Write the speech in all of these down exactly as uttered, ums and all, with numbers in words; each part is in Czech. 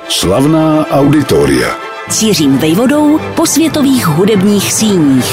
Slavná auditoria. Cířím vejvodou po světových hudebních síních.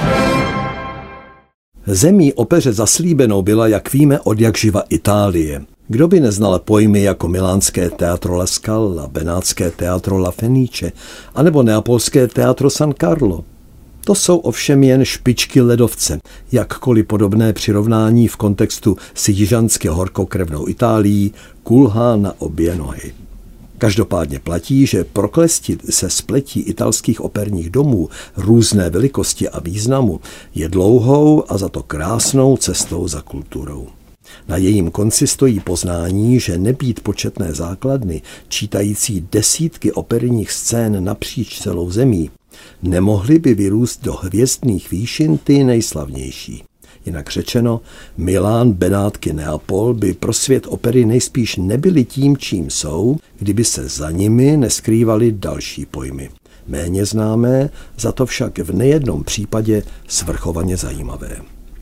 Zemí opeře zaslíbenou byla, jak víme, odjakživa Itálie. Kdo by neznal pojmy jako milánské Teatro La Scala, benátské Teatro La Fenice, anebo neapolské Teatro San Carlo? To jsou ovšem jen špičky ledovce, jakkoliv podobné přirovnání v kontextu s jižansky horkokrevnou Itálií kulhá na obě nohy. Každopádně platí, že proklestit se spletí italských operních domů různé velikosti a významu je dlouhou a za to krásnou cestou za kulturou. Na jejím konci stojí poznání, že nebýt početné základny, čítající desítky operních scén napříč celou zemí, nemohly by vyrůst do hvězdných výšin ty nejslavnější. Jinak řečeno, Milán, Benátky, Neapol by pro svět opery nejspíš nebyly tím, čím jsou, kdyby se za nimi neskrývaly další pojmy. Méně známé, za to však v nejednom případě svrchovaně zajímavé.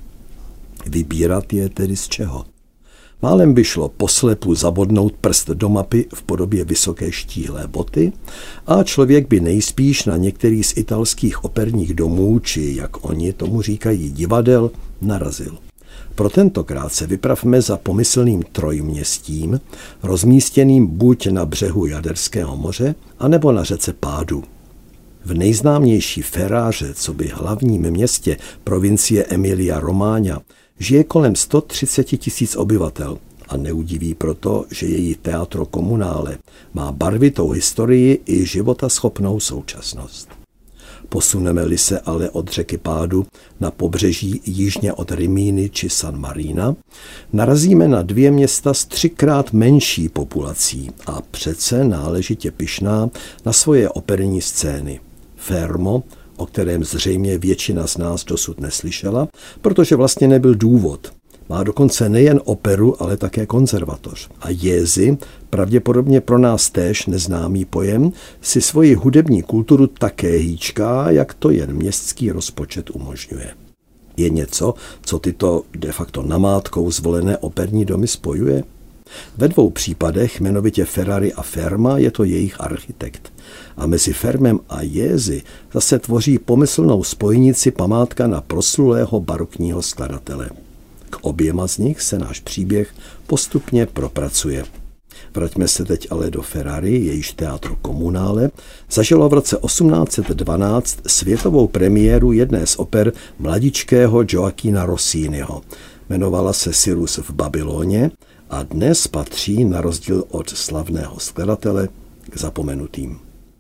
Vybírat je tedy z čeho? Málem by šlo poslepu zabodnout prst do mapy v podobě vysoké štíhlé boty a člověk by nejspíš na některý z italských operních domů, či jak oni tomu říkají divadel, narazil. Pro tentokrát se vypravme za pomyslným trojměstím, rozmístěným buď na břehu Jaderského moře, anebo na řece Pádu. V nejznámější Ferráře, coby hlavním městě provincie Emilia Romagna, žije kolem sto třicet tisíc obyvatel a neudiví proto, že její Teatro Comunale má barvitou historii i životaschopnou současnost. Posuneme-li se ale od řeky Pádu na pobřeží jižně od Rimini či San Marina, narazíme na dvě města s třikrát menší populací a přece náležitě pyšná na svoje operní scény. Fermo, o kterém zřejmě většina z nás dosud neslyšela, protože vlastně nebyl důvod. Má dokonce nejen operu, ale také konzervatoř. A Jesi, pravděpodobně pro nás též neznámý pojem, si svoji hudební kulturu také hýčká, jak to jen městský rozpočet umožňuje. Je něco, co tyto de facto namátkou zvolené operní domy spojuje? Ve dvou případech, jmenovitě Ferrari a Ferma, je to jejich architekt. A mezi Fermem a Jesi zase tvoří pomyslnou spojnici památka na proslulého barokního skladatele. K oběma z nich se náš příběh postupně propracuje. Vraťme se teď ale do Ferrari, jejíž Teatro Comunale zažilo v roce osmnáct set dvanáct světovou premiéru jedné z oper mladičkého Gioachina Rossiniho. Jmenovala se Cyrus v Babyloně a dnes patří, na rozdíl od slavného skladatele, k zapomenutým.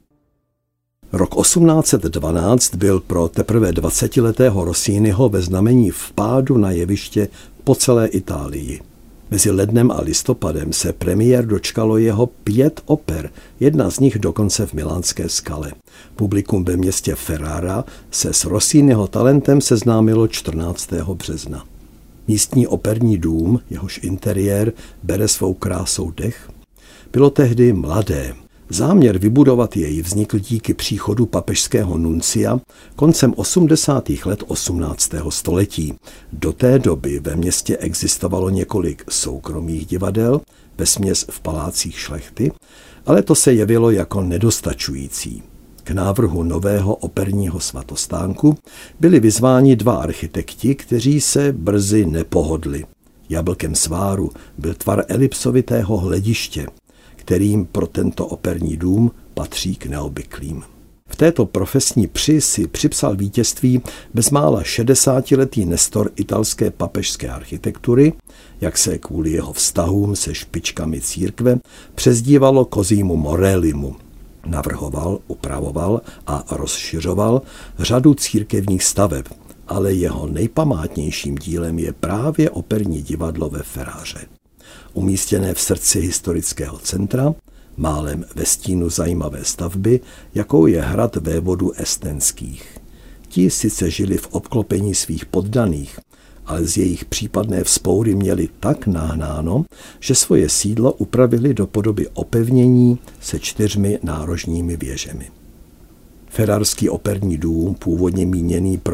Rok osmnáct set dvanáct byl pro teprve dvacetiletého Rossiniho ve znamení vpádu na jeviště po celé Itálii. Mezi lednem a listopadem se premiér dočkalo jeho pět oper, jedna z nich dokonce v milánské Skale. Publikum ve městě Ferrara se s Rossiniho talentem seznámilo čtrnáctého března. Místní operní dům, jehož interiér bere svou krásou dech, bylo tehdy mladé. Záměr vybudovat jej vznikl díky příchodu papežského nuncia koncem osmdesátých let osmnáctého století. Do té doby ve městě existovalo několik soukromých divadel, vesměs v palácích šlechty, ale to se jevilo jako nedostačující. K návrhu nového operního svatostánku byli vyzváni dva architekti, kteří se brzy nepohodli. Jablkem sváru byl tvar elipsovitého hlediště, kterým pro tento operní dům patří k neobvyklým. V této profesní při si připsal vítězství bezmála šedesátiletý nestor italské papežské architektury, jak se kvůli jeho vztahům se špičkami církve přezdívalo Cosimo Morellimu. Navrhoval, upravoval a rozšiřoval řadu církevních staveb, ale jeho nejpamátnějším dílem je právě operní divadlo ve Ferráře. Umístěné v srdci historického centra, málem ve stínu zajímavé stavby, jakou je hrad vévodů Estenských. Ti sice žili v obklopení svých poddaných, ale z jejich případné vzpoury měli tak nahnáno, že svoje sídlo upravili do podoby opevnění se čtyřmi nárožními věžemi. Ferrarský operní dům, původně míněný pro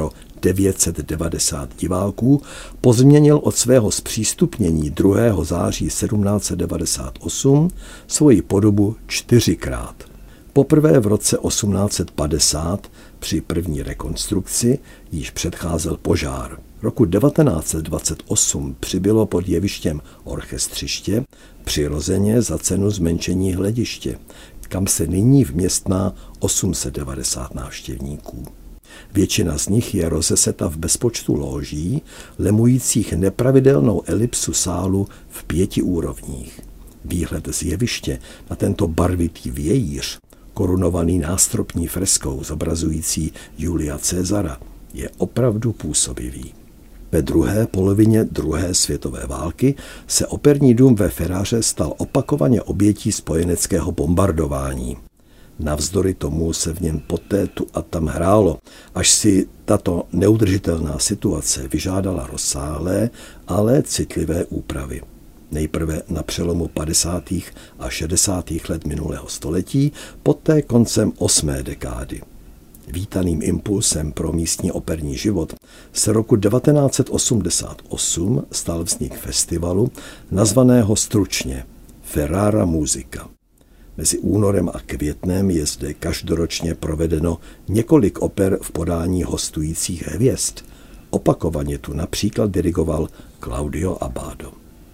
devět set devadesát diváků, pozměnil od svého zpřístupnění druhého září sedmnáct set devadesát osm svoji podobu čtyřikrát. Poprvé v roce osmnáct set padesát při první rekonstrukci již předcházel požár. Roku devatenáct set dvacet osm přibylo pod jevištěm orchestřiště, přirozeně za cenu zmenšení hlediště, kam se nyní vměstná osm set devadesát návštěvníků. Většina z nich je rozeseta v bezpočtu lóží, lemujících nepravidelnou elipsu sálu v pěti úrovních. Výhled z jeviště na tento barvitý vějíř, korunovaný nástropní freskou zobrazující Julia Caesara, je opravdu působivý. Ve druhé polovině druhé světové války se operní dům ve Ferraře stal opakovaně obětí spojeneckého bombardování. Navzdory tomu se v něm poté tu a tam hrálo, až si tato neudržitelná situace vyžádala rozsáhlé, ale citlivé úpravy. Nejprve na přelomu padesátých a šedesátých let minulého století, poté koncem osmé dekády. Vítaným impulsem pro místní operní život se roku devatenáct set osmdesát osm stal vznik festivalu, nazvaného stručně Ferrara Musica. Mezi únorem a květnem je zde každoročně provedeno několik oper v podání hostujících hvězd. Opakovaně tu například dirigoval Claudio Abbado.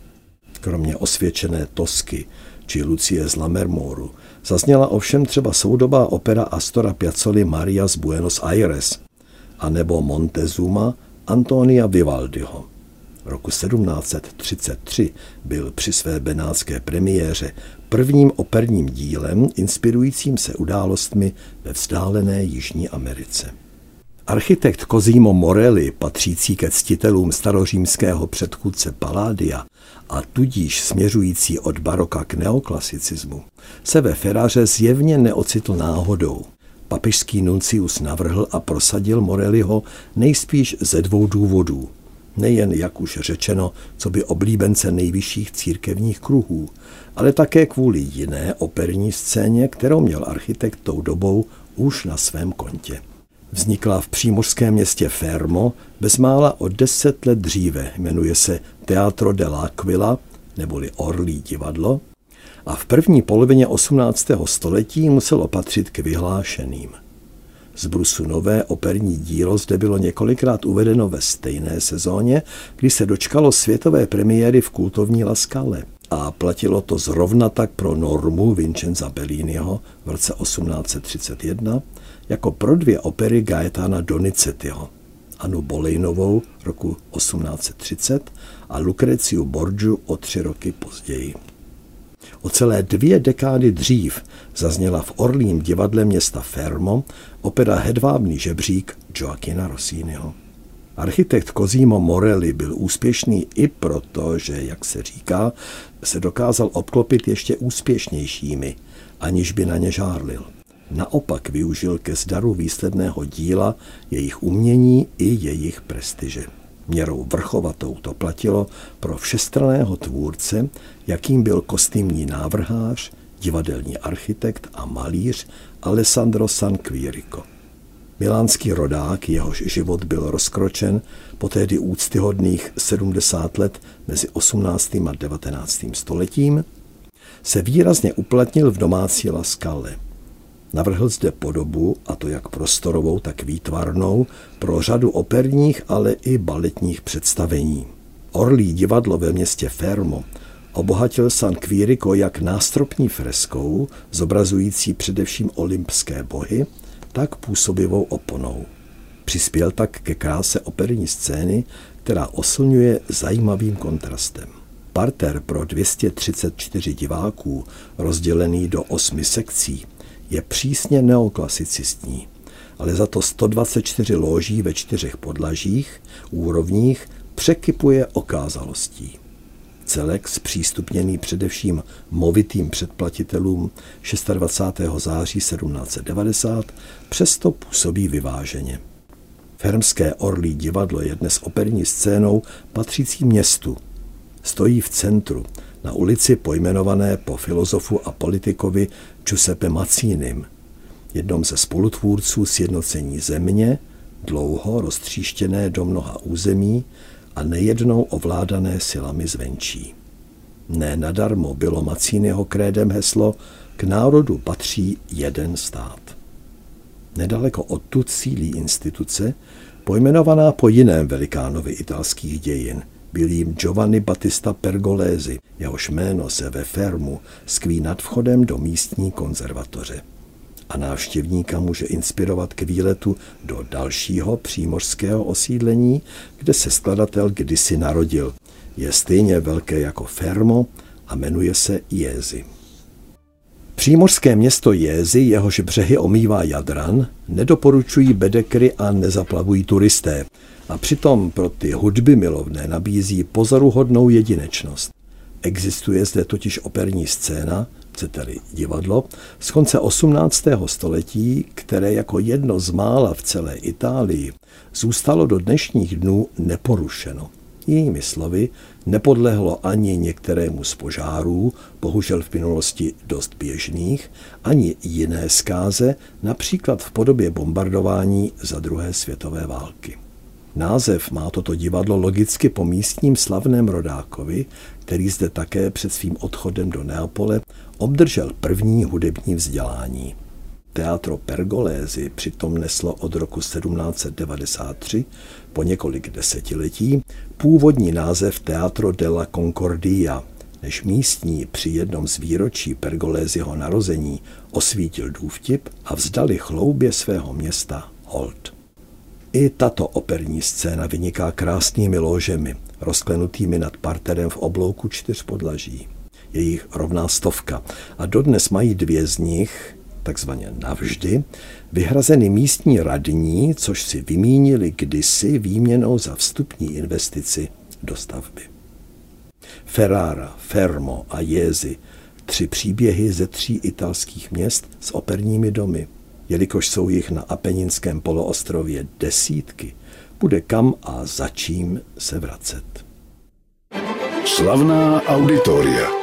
Kromě osvědčené Tosky či Lucie z Lammermoru zazněla ovšem třeba soudobá opera Astora Piazzoli Maria z Buenos Aires anebo Montezuma Antonia Vivaldiho. Roku sedmnáct set třicet tři byl při své benátské premiéře prvním operním dílem inspirujícím se událostmi ve vzdálené Jižní Americe. Architekt Cosimo Morelli, patřící ke ctitelům starořímského předchůdce Palladia a tudíž směřující od baroka k neoklasicismu, se ve Ferraře zjevně neocitl náhodou. Papežský nuncius navrhl a prosadil Morelliho nejspíš ze dvou důvodů. Nejen, jak už řečeno, co by oblíbence nejvyšších církevních kruhů, ale také kvůli jiné operní scéně, kterou měl architekt tou dobou už na svém kontě. Vznikla v přímořském městě Fermo bezmála o deset let dříve, jmenuje se Teatro dell'Aquila, neboli Orlí divadlo, a v první polovině osmnáctého století muselo patřit k vyhlášeným. Z brusu nové operní dílo zde bylo několikrát uvedeno ve stejné sezóně, kdy se dočkalo světové premiéry v kultovní La Scale. A platilo to zrovna tak pro Normu Vincenza Belliniho v roce osmnáct set třicet jedna, jako pro dvě opery Gaetana Donizettiho, Anu Bolejnovou roku osmnáct set třicet a Lucreciu Borgiu o tři roky později. O celé dvě dekády dřív zazněla v Orlím divadle města Fermo opera Hedvábný žebřík Gioacchina Rossiniho. Architekt Cosimo Morelli byl úspěšný i proto, že, jak se říká, se dokázal obklopit ještě úspěšnějšími, aniž by na ně žárlil. Naopak využil ke zdaru výsledného díla jejich umění i jejich prestiže. Měrou vrchovatou to platilo pro všestranného tvůrce, jakým byl kostýmní návrhář, divadelní architekt a malíř Alessandro Sanquirico. Milánský rodák, jehož život byl rozkročen po tehdy úctyhodných sedmdesát let mezi osmnáctým a devatenáctým stoletím, se výrazně uplatnil v domácí La Scale. Navrhl zde podobu, a to jak prostorovou, tak výtvarnou, pro řadu operních, ale i baletních představení. Orlí divadlo ve městě Fermo obohatil Sanquirico jak nástropní freskou, zobrazující především olympské bohy, tak působivou oponou. Přispěl tak ke kráse operní scény, která oslňuje zajímavým kontrastem. Parter pro dvě stě třicet čtyři diváků, rozdělený do osmi sekcí, je přísně neoklasicistní, ale za to sto dvacet čtyři lóží ve čtyřech podlažích, úrovních, překypuje okázalostí. Celek zpřístupněný především movitým předplatitelům dvacátého šestého září sedmnáct set devadesát přesto působí vyváženě. Fermské Orlí divadlo je dnes operní scénou patřící městu. Stojí v centru, na ulici pojmenované po filozofu a politikovi Giuseppe Mazzinim, jednom ze spolutvůrců sjednocení země, dlouho roztříštěné do mnoha území a nejednou ovládané silami zvenčí. Ne nadarmo bylo Mazziniho krédem heslo K národu patří jeden stát. Nedaleko odtud sídlí instituce, pojmenovaná po jiném velikánovi italských dějin. Byl jím Giovanni Battista Pergolesi, jehož jméno se ve Fermu skví nad vchodem do místní konzervatoře. A návštěvníka může inspirovat k výletu do dalšího přímořského osídlení, kde se skladatel kdysi narodil. Je stejně velké jako Fermo a jmenuje se Jesi. Přímořské město Jesi, jehož břehy omývá Jadran, nedoporučují bedekry a nezaplavují turisté. A přitom pro ty hudby milovné nabízí pozoruhodnou jedinečnost. Existuje zde totiž operní scéna, chcete-li divadlo, z konce osmnáctého století, které jako jedno z mála v celé Itálii zůstalo do dnešních dnů neporušeno. Jinými slovy, nepodlehlo ani některému z požárů, bohužel v minulosti dost běžných, ani jiné zkáze, například v podobě bombardování za druhé světové války. Název má toto divadlo logicky po místním slavném rodákovi, který zde také před svým odchodem do Neapole obdržel první hudební vzdělání. Teatro Pergolesi přitom neslo od roku sedmnáct set devadesát tři po několik desetiletí původní název Teatro della Concordia, než místní při jednom z výročí Pergolesiho narození osvítil důvtip a vzdali chloubě svého města hold. I tato operní scéna vyniká krásnými lóžemi, rozklenutými nad parterem v oblouku čtyř podlaží. Je jich rovná stovka a dodnes mají dvě z nich, takzvaně navždy, vyhrazeny místní radní, což si vymínili kdysi výměnou za vstupní investici do stavby. Ferrara, Fermo a Jesi, tři příběhy ze tří italských měst s operními domy. Jelikož jsou jich na Apeninském poloostrově desítky, bude kam a za čím se vracet. Slavná auditoria.